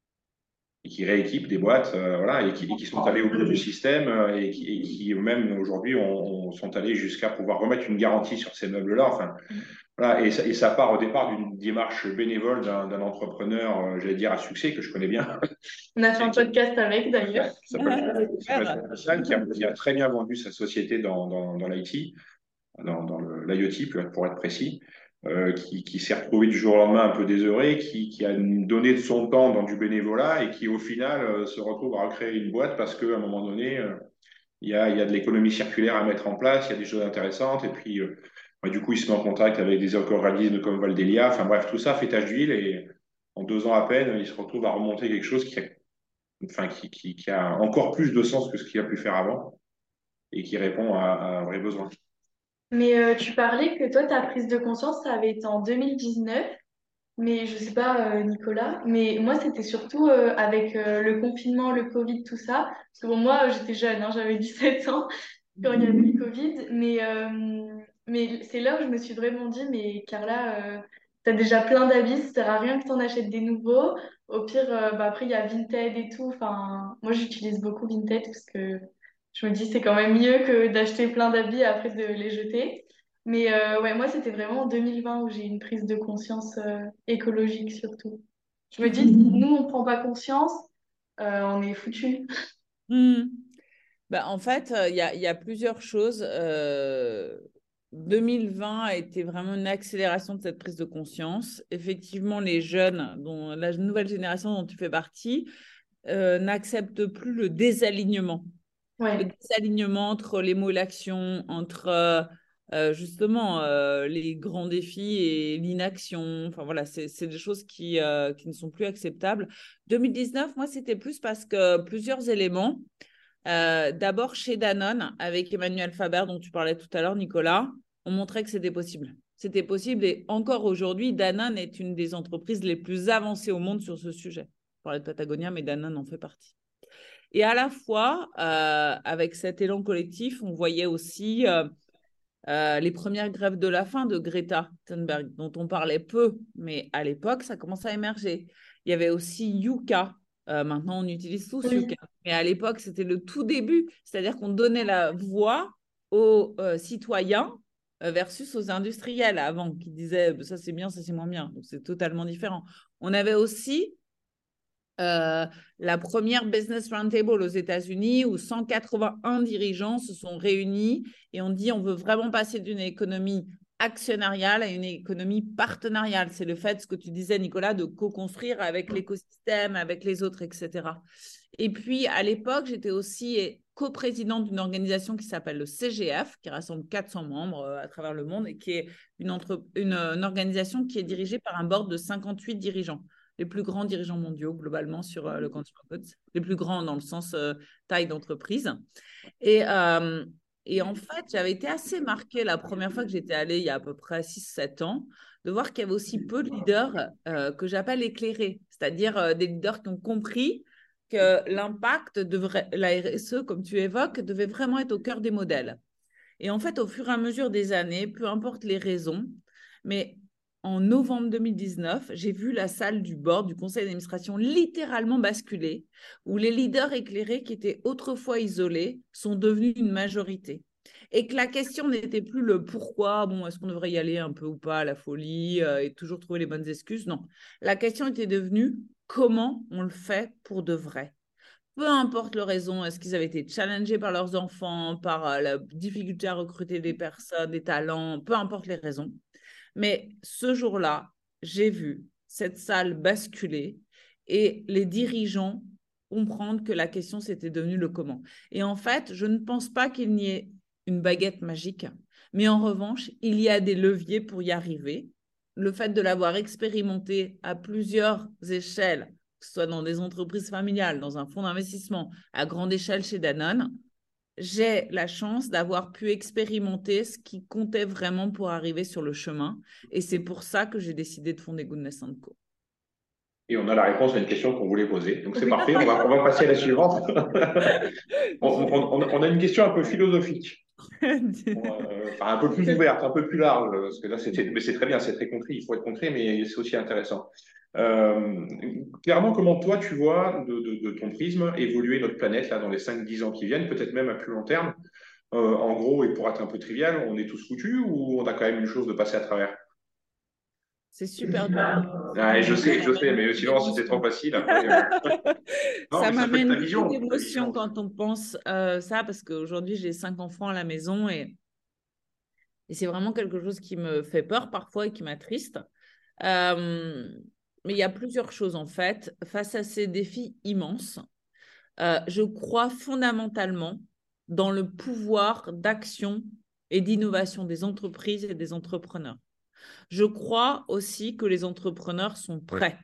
et qui rééquipent des boîtes, euh, voilà, et qui, et qui sont allés au bout du système, euh, et qui, et qui même aujourd'hui on, on sont allés jusqu'à pouvoir remettre une garantie sur ces meubles-là. Enfin, voilà, et, ça, et ça part au départ d'une démarche bénévole d'un, d'un entrepreneur, euh, j'allais dire à succès, que je connais bien. On a fait un podcast avec d'ailleurs. Qui s'appelle, qui s'appelle Hassan, qui a, qui a très bien vendu sa société dans, dans, dans l'I T, dans, dans le, l'I O T pour être précis, euh, qui, qui s'est retrouvé du jour au lendemain un peu désœuvré, qui, qui a donné de son temps dans du bénévolat et qui au final euh, se retrouve à recréer une boîte parce qu'à un moment donné, euh, il y a, il y a de l'économie circulaire à mettre en place, il y a des choses intéressantes et puis euh, bah, du coup il se met en contact avec des éco-organismes comme Valdelia, enfin bref, tout ça fait tache d'huile et en deux ans à peine, il se retrouve à remonter quelque chose qui a, enfin, qui, qui, qui a encore plus de sens que ce qu'il a pu faire avant et qui répond à, à un vrai besoin. Mais euh, tu parlais que toi, ta prise de conscience, ça avait été en deux mille dix-neuf. Mais je sais pas, euh, Nicolas, mais moi, c'était surtout euh, avec euh, le confinement, le Covid, tout ça. Parce que bon, moi, j'étais jeune, hein, j'avais dix-sept ans quand il y avait le Covid. Mais, euh, mais c'est là où je me suis vraiment dit, mais Carla, euh, t'as déjà plein d'habits, ça sert à rien que t'en achètes des nouveaux. Au pire, euh, bah, après, il y a Vinted et tout. Enfin, moi, j'utilise beaucoup Vinted parce que je me dis c'est quand même mieux que d'acheter plein d'habits et après de les jeter. Mais euh, ouais, moi, c'était vraiment en deux mille vingt où j'ai eu une prise de conscience euh, écologique surtout. Je me dis, si nous, on prend pas conscience, euh, on est foutu. Hmm. Bah, en fait, il y a, y a plusieurs choses. Euh, deux mille vingt a été vraiment une accélération de cette prise de conscience. Effectivement, les jeunes, dont la nouvelle génération dont tu fais partie, euh, n'acceptent plus le désalignement. Le Ouais. désalignement entre les mots et l'action, entre euh, euh, justement euh, les grands défis et l'inaction. Enfin voilà, c'est c'est des choses qui, euh, qui ne sont plus acceptables. deux mille dix-neuf, moi, c'était plus parce que plusieurs éléments. Euh, d'abord, chez Danone, avec Emmanuel Faber, dont tu parlais tout à l'heure, Nicolas, on montrait que c'était possible. C'était possible et encore aujourd'hui, Danone est une des entreprises les plus avancées au monde sur ce sujet. Je parlais de Patagonia, mais Danone en fait partie. Et à la fois, euh, avec cet élan collectif, on voyait aussi euh, euh, les premières grèves de la faim de Greta Thunberg, dont on parlait peu, mais à l'époque, ça commençait à émerger. Il y avait aussi Yuka. Euh, maintenant, on utilise tous Yuka. Oui. Mais à l'époque, c'était le tout début, c'est-à-dire qu'on donnait la voix aux euh, citoyens euh, versus aux industriels avant, qui disaient ça c'est bien, ça c'est moins bien. Donc c'est totalement différent. On avait aussi euh, la première Business Roundtable aux États-Unis où cent quatre-vingt-un dirigeants se sont réunis et ont dit on veut vraiment passer d'une économie actionnariale à une économie partenariale. C'est le fait, ce que tu disais, Nicolas, de co-construire avec l'écosystème, avec les autres, et cetera. Et puis, à l'époque, j'étais aussi coprésidente d'une organisation qui s'appelle le C G F, qui rassemble quatre cents membres euh, à travers le monde et qui est une, entre... une, une organisation qui est dirigée par un board de cinquante-huit dirigeants, les plus grands dirigeants mondiaux globalement sur euh, le consumer goods, les plus grands dans le sens euh, taille d'entreprise. Et, euh, et en fait, j'avais été assez marquée la première fois que j'étais allée il y a à peu près six sept ans, de voir qu'il y avait aussi peu de leaders euh, que j'appelle éclairés, c'est-à-dire euh, des leaders qui ont compris que l'impact devrait, la R S E, comme tu évoques, devait vraiment être au cœur des modèles. Et en fait, au fur et à mesure des années, peu importe les raisons, mais en novembre deux mille dix-neuf, j'ai vu la salle du board du conseil d'administration littéralement basculer, où les leaders éclairés qui étaient autrefois isolés sont devenus une majorité. Et que la question n'était plus le pourquoi, bon, est-ce qu'on devrait y aller un peu ou pas à la folie euh, et toujours trouver les bonnes excuses. Non, la question était devenue comment on le fait pour de vrai. Peu importe leur raison, est-ce qu'ils avaient été challengés par leurs enfants, par euh, la difficulté à recruter des personnes, des talents, peu importe les raisons. Mais ce jour-là, j'ai vu cette salle basculer et les dirigeants comprendre que la question, c'était devenu le comment. Et en fait, je ne pense pas qu'il n'y ait une baguette magique, mais en revanche, il y a des leviers pour y arriver. Le fait de l'avoir expérimenté à plusieurs échelles, que ce soit dans des entreprises familiales, dans un fonds d'investissement, à grande échelle chez Danone, j'ai la chance d'avoir pu expérimenter ce qui comptait vraiment pour arriver sur le chemin. Et c'est pour ça que j'ai décidé de fonder Goodness and Co. Et on a la réponse à une question qu'on voulait poser. Donc c'est Oui. parfait, on va, on va passer à la suivante. on, on, on, a une question un peu philosophique. Euh, enfin, un peu plus ouverte, un peu plus large, parce que là, c'était, mais c'est très bien, c'est très concret, il faut être concret, mais c'est aussi intéressant. Euh, clairement, comment toi, tu vois, de, de, de ton prisme, évoluer notre planète là, dans les cinq dix ans qui viennent, peut-être même à plus long terme. Euh, en gros, et pour être un peu trivial, on est tous foutus ou on a quand même une chose de passer à travers? C'est super dur. Ouais, je sais, je sais, mais sinon, si c'est trop facile, après. Euh... Non, Ça mais ça peut être ta m'amène beaucoup vision. Ta d'émotions vision. quand on pense euh, ça, parce qu'aujourd'hui, j'ai cinq enfants à la maison et, et c'est vraiment quelque chose qui me fait peur parfois et qui m'attriste. Euh, mais il y a plusieurs choses en fait. Face à ces défis immenses, euh, je crois fondamentalement dans le pouvoir d'action et d'innovation des entreprises et des entrepreneurs. Je crois aussi que les entrepreneurs sont prêts.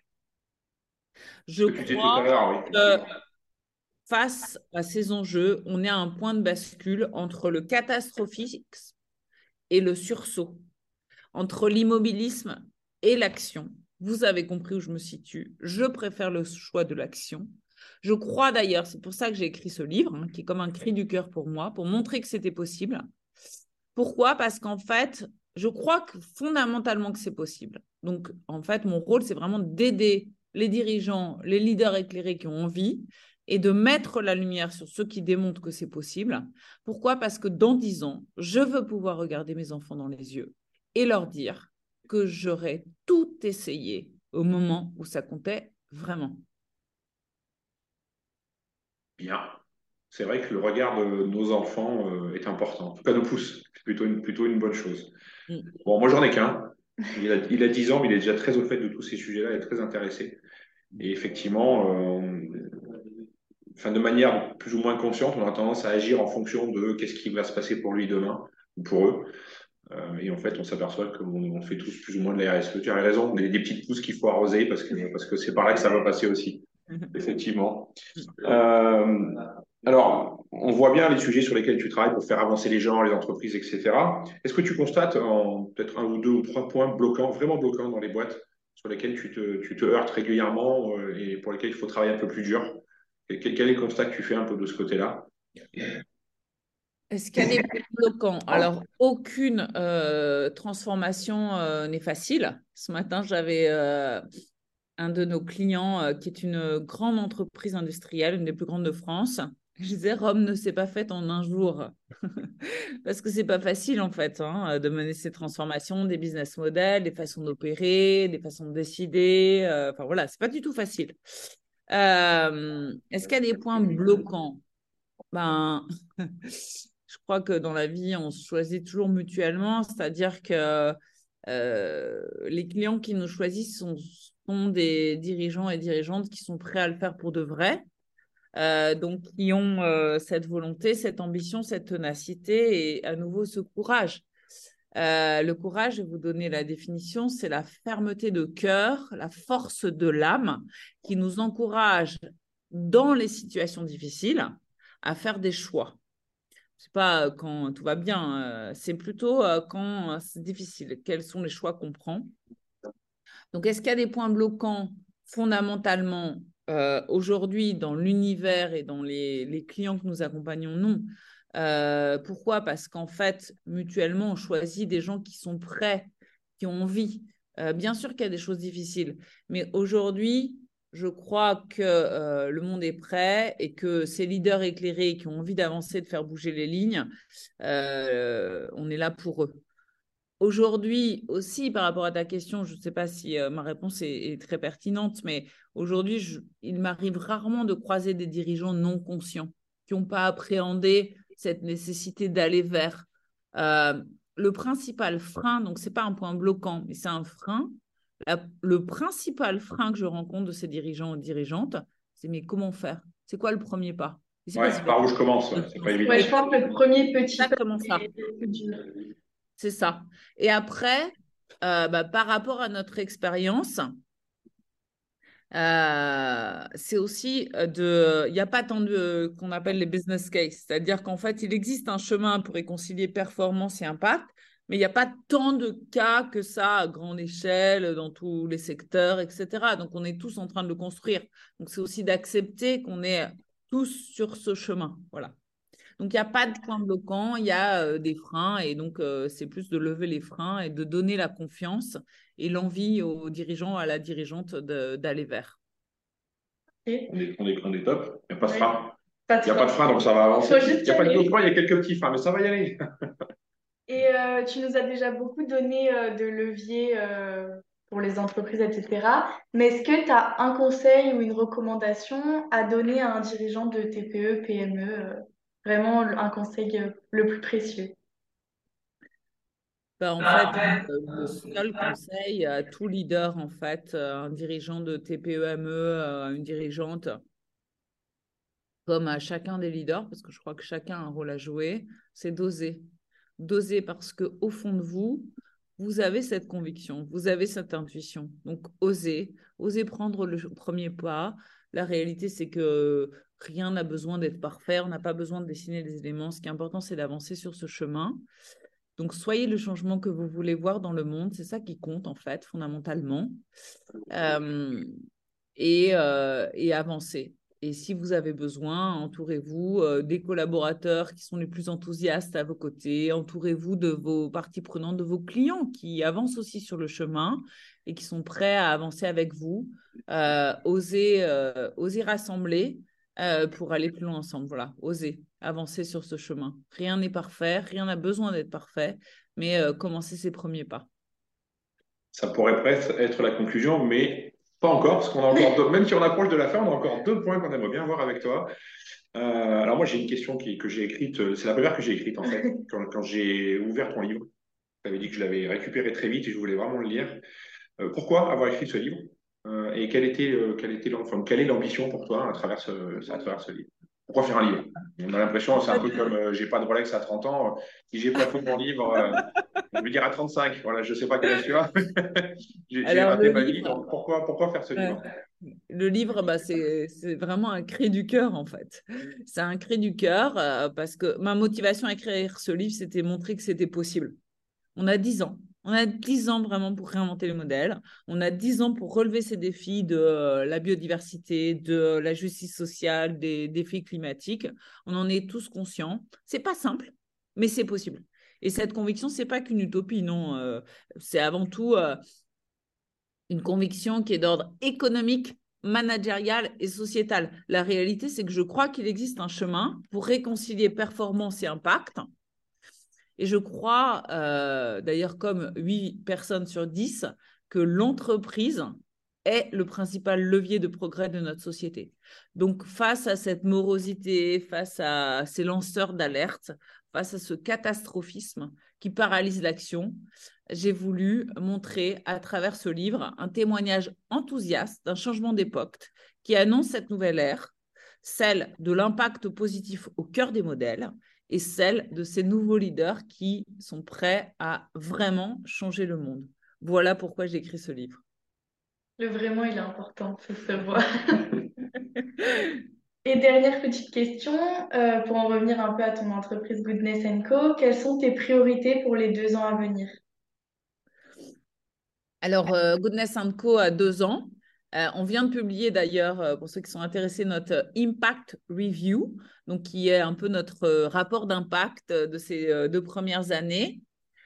Je Ce que tu disais tout à crois l'heure, oui, que effectivement. face à ces enjeux, on est à un point de bascule entre le catastrophisme et le sursaut, entre l'immobilisme et l'action. Vous avez compris où je me situe. Je préfère le choix de l'action. Je crois d'ailleurs, c'est pour ça que j'ai écrit ce livre, hein, qui est comme un cri du cœur pour moi, pour montrer que c'était possible. Pourquoi? Parce qu'en fait, je crois que fondamentalement que c'est possible. Donc, en fait, mon rôle, c'est vraiment d'aider les dirigeants, les leaders éclairés qui ont envie, et de mettre la lumière sur ceux qui démontrent que c'est possible. Pourquoi? Parce que dans dix ans, je veux pouvoir regarder mes enfants dans les yeux et leur dire que j'aurais tout essayé au moment où ça comptait vraiment. Bien. C'est vrai que le regard de nos enfants euh, est important. En tout cas, nous pousse. C'est plutôt une, plutôt une bonne chose. Mm. Bon, moi, j'en ai qu'un. Il a, il a dix ans, mais il est déjà très au fait de tous ces sujets-là, il est très intéressé. Et effectivement, euh, enfin, de manière plus ou moins consciente, on a tendance à agir en fonction de qu'est-ce qui va se passer pour lui demain ou pour eux. Euh, et en fait, on s'aperçoit qu'on on fait tous plus ou moins de la R S E. Tu as raison, des, des petites pousses qu'il faut arroser parce que parce que c'est par là que ça va passer aussi. Effectivement. Euh, alors, on voit bien les sujets sur lesquels tu travailles pour faire avancer les gens, les entreprises, et cetera. Est-ce que tu constates en peut-être un ou deux ou trois points bloquants, vraiment bloquants dans les boîtes, sur lesquels tu te, tu te heurtes régulièrement euh, et pour lesquels il faut travailler un peu plus dur? Quel, quel est le constat que tu fais un peu de ce côté-là? Est-ce qu'il y a des points bloquants? Alors, aucune euh, transformation euh, n'est facile. Ce matin, j'avais euh, un de nos clients euh, qui est une grande entreprise industrielle, une des plus grandes de France. Je disais, Rome ne s'est pas faite en un jour. Parce que c'est pas facile, en fait, hein, de mener ces transformations, des business models, des façons d'opérer, des façons de décider. euh, Enfin, voilà, c'est pas du tout facile. Euh, est-ce qu'il y a des points bloquants? Ben, je crois que dans la vie, on se choisit toujours mutuellement, c'est-à-dire que euh, les clients qui nous choisissent sont, sont des dirigeants et dirigeantes qui sont prêts à le faire pour de vrai, euh, donc qui ont euh, cette volonté, cette ambition, cette ténacité et à nouveau ce courage. Euh, le courage, je vais vous donner la définition, c'est la fermeté de cœur, la force de l'âme qui nous encourage dans les situations difficiles à faire des choix. C'est pas quand tout va bien, euh, c'est plutôt euh, quand c'est difficile. Quels sont les choix qu'on prend? Donc, est-ce qu'il y a des points bloquants fondamentalement euh, aujourd'hui dans l'univers et dans les, les clients que nous accompagnons? Non. Euh, pourquoi? Parce qu'en fait, mutuellement, on choisit des gens qui sont prêts, qui ont envie. Euh, bien sûr qu'il y a des choses difficiles, mais aujourd'hui, je crois que euh, le monde est prêt et que ces leaders éclairés qui ont envie d'avancer, de faire bouger les lignes, euh, on est là pour eux. Aujourd'hui aussi, par rapport à ta question, je ne sais pas si euh, ma réponse est, est très pertinente, mais aujourd'hui, je- il m'arrive rarement de croiser des dirigeants non conscients qui n'ont pas appréhendé cette nécessité d'aller vers. Euh, le principal frein, donc ce n'est pas un point bloquant, mais c'est un frein. La- le principal frein que je rencontre de ces dirigeants ou dirigeantes, c'est mais comment faire? C'est quoi le premier pas? Et c'est pas si Ouais, par où je commence, ouais, c'est pas évident. Ouais, je pense que le premier petit pas, exactement ça. c'est le plus dur. C'est ça. Et après, euh, bah, par rapport à notre expérience, euh, c'est aussi euh, de... Il n'y a pas tant de qu'on appelle les business cases. C'est-à-dire qu'en fait, il existe un chemin pour réconcilier performance et impact, mais il n'y a pas tant de cas que ça à grande échelle, dans tous les secteurs, et cetera. Donc, on est tous en train de le construire. Donc, c'est aussi d'accepter qu'on est tous sur ce chemin. Voilà. Donc, il n'y a pas de point bloquant, il y a euh, des freins et donc euh, c'est plus de lever les freins et de donner la confiance et l'envie aux dirigeants, à la dirigeante de- d'aller vers. Ok. On est, on est, on est top. Il n'y a pas de Ouais. frein. Pas de Il n'y a pas de frein. frein, donc ça va avancer. Faut juste Il n'y y a pas de aller. bloquant, il y a quelques petits freins, mais ça va y aller. Et euh, tu nous as déjà beaucoup donné euh, de leviers euh, pour les entreprises, et cetera. Mais est-ce que tu as un conseil ou une recommandation à donner à un dirigeant de T P E, P M E, euh, vraiment un conseil euh, le plus précieux? Ben, en fait, euh, le seul conseil à tout leader, en fait, euh, un dirigeant de T P E M E, euh, une dirigeante, comme à chacun des leaders, parce que je crois que chacun a un rôle à jouer, c'est d'oser. D'oser parce que au fond de vous, vous avez cette conviction, vous avez cette intuition. Donc, osez, osez prendre le premier pas. La réalité, c'est que rien n'a besoin d'être parfait, on n'a pas besoin de dessiner des éléments. Ce qui est important, c'est d'avancer sur ce chemin. Donc, soyez le changement que vous voulez voir dans le monde. C'est ça qui compte, en fait, fondamentalement. Euh, et, euh, et avancer. Et si vous avez besoin, entourez-vous euh, des collaborateurs qui sont les plus enthousiastes à vos côtés, entourez-vous de vos parties prenantes, de vos clients qui avancent aussi sur le chemin et qui sont prêts à avancer avec vous. Euh, osez, euh, osez rassembler euh, pour aller plus loin ensemble. Voilà, oser avancer sur ce chemin. Rien n'est parfait, rien n'a besoin d'être parfait, mais euh, commencer ses premiers pas. Ça pourrait presque être la conclusion, mais pas encore, parce qu'on a encore deux, même si on approche de la fin, on a encore deux points qu'on aimerait bien voir avec toi. Euh, alors moi, j'ai une question qui, que j'ai écrite, c'est la première que j'ai écrite en fait, quand, quand j'ai ouvert ton livre. Tu avais dit que je l'avais récupéré très vite et je voulais vraiment le lire. Euh, pourquoi avoir écrit ce livre? Euh, et quelle était, euh, quelle était, enfin, quelle est l'ambition pour toi à travers ce, à travers ce livre? Pourquoi faire un livre? On a l'impression, c'est un peu comme euh, j'ai pas de Rolex à trente ans. Si j'ai pas fait mon livre, euh, on veut dire à trente-cinq. Voilà, je sais pas quel âge tu as. j'ai j'ai Alors, raté le ma vie. livre, Donc pourquoi, pourquoi faire ce ouais. livre? Le livre, bah, c'est, c'est vraiment un cri du cœur, en fait. C'est un cri du cœur euh, parce que ma motivation à écrire ce livre, c'était montrer que c'était possible. On a dix ans. On a dix ans vraiment pour réinventer les modèles. On a dix ans pour relever ces défis de euh, la biodiversité, de la justice sociale, des défis climatiques. On en est tous conscients. C'est pas simple, mais c'est possible. Et cette conviction, c'est pas qu'une utopie, non. Euh, c'est avant tout euh, une conviction qui est d'ordre économique, managérial et sociétal. La réalité, c'est que je crois qu'il existe un chemin pour réconcilier performance et impact. Et je crois, euh, d'ailleurs, comme huit personnes sur dix, que l'entreprise est le principal levier de progrès de notre société. Donc, face à cette morosité, face à ces lanceurs d'alerte, face à ce catastrophisme qui paralyse l'action, j'ai voulu montrer à travers ce livre un témoignage enthousiaste d'un changement d'époque qui annonce cette nouvelle ère, celle de l'impact positif au cœur des modèles et celle de ces nouveaux leaders qui sont prêts à vraiment changer le monde. Voilà pourquoi j'ai écrit ce livre. Le vraiment, il est important, ça se voit. Et dernière petite question, euh, pour en revenir un peu à ton entreprise Goodness and Co, quelles sont tes priorités pour les deux ans à venir? Alors, euh, Goodness and Co a deux ans. Euh, on vient de publier d'ailleurs, euh, pour ceux qui sont intéressés, notre Impact Review, donc qui est un peu notre euh, rapport d'impact de ces euh, deux premières années.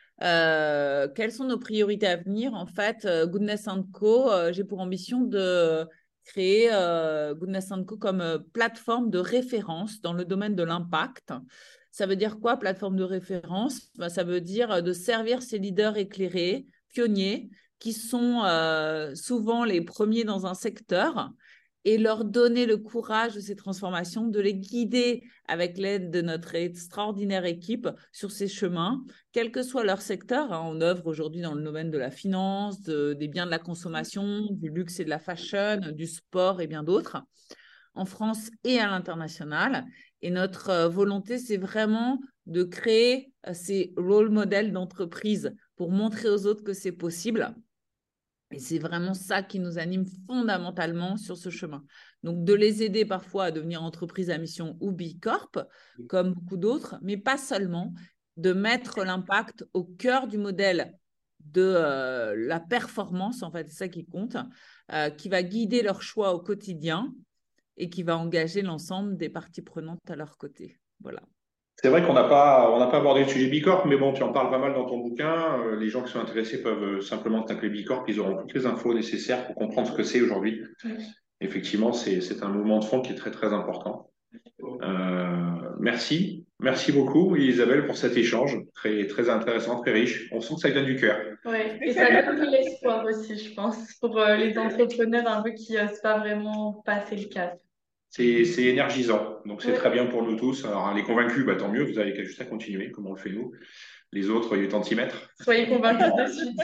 Euh, quelles sont nos priorités à venir? En fait, euh, Goodness and Co, euh, j'ai pour ambition de créer euh, Goodness and Co comme euh, plateforme de référence dans le domaine de l'impact. Ça veut dire quoi, plateforme de référence? Ben, ça veut dire de servir ces leaders éclairés, pionniers, qui sont euh, souvent les premiers dans un secteur et leur donner le courage de ces transformations, de les guider avec l'aide de notre extraordinaire équipe sur ces chemins, quel que soit leur secteur. Hein. On œuvre aujourd'hui dans le domaine de la finance, de, des biens de la consommation, du luxe et de la fashion, du sport et bien d'autres, en France et à l'international. Et notre euh, volonté, c'est vraiment de créer euh, ces rôle modèles d'entreprise pour montrer aux autres que c'est possible. Et c'est vraiment ça qui nous anime fondamentalement sur ce chemin. Donc, de les aider parfois à devenir entreprise à mission ou B Corp, comme beaucoup d'autres, mais pas seulement, de mettre l'impact au cœur du modèle de euh, la performance, en fait, c'est ça qui compte, euh, qui va guider leur choix au quotidien et qui va engager l'ensemble des parties prenantes à leur côté. Voilà. C'est vrai qu'on n'a pas, on n'a pas abordé le sujet Bicorp, mais bon, tu en parles pas mal dans ton bouquin. Euh, les gens qui sont intéressés peuvent euh, simplement taper Bicorp, ils auront toutes les infos nécessaires pour comprendre ce que c'est aujourd'hui. Effectivement, c'est, c'est un mouvement de fond qui est très, très important. Euh, merci. Merci beaucoup, Isabelle, pour cet échange très, très intéressant, très riche. On sent que ça vient du cœur. Oui, et ça donne de l'espoir aussi, je pense, pour euh, les entrepreneurs un peu qui n'osent pas vraiment passer le cap. C'est, c'est énergisant, donc c'est Oui. très bien pour nous tous. Alors, les convaincus, bah, tant mieux, vous avez juste à continuer, comme on le fait nous. Les autres, il est temps de s'y mettre. Soyez convaincus de suite.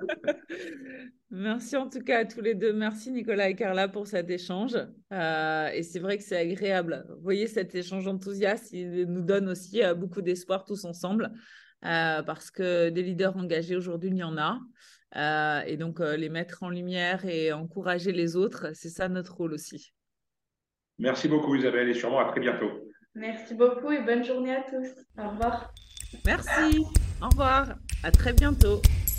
Merci en tout cas à tous les deux. Merci Nicolas et Carla pour cet échange. Euh, et c'est vrai que c'est agréable. Vous voyez, cet échange enthousiaste, il nous donne aussi euh, beaucoup d'espoir tous ensemble euh, parce que des leaders engagés aujourd'hui, il y en a. Euh, et donc, euh, les mettre en lumière et encourager les autres, c'est ça notre rôle aussi. Merci beaucoup Isabelle et sûrement à très bientôt. Merci beaucoup et bonne journée à tous. Au revoir. Merci. Au revoir. À très bientôt.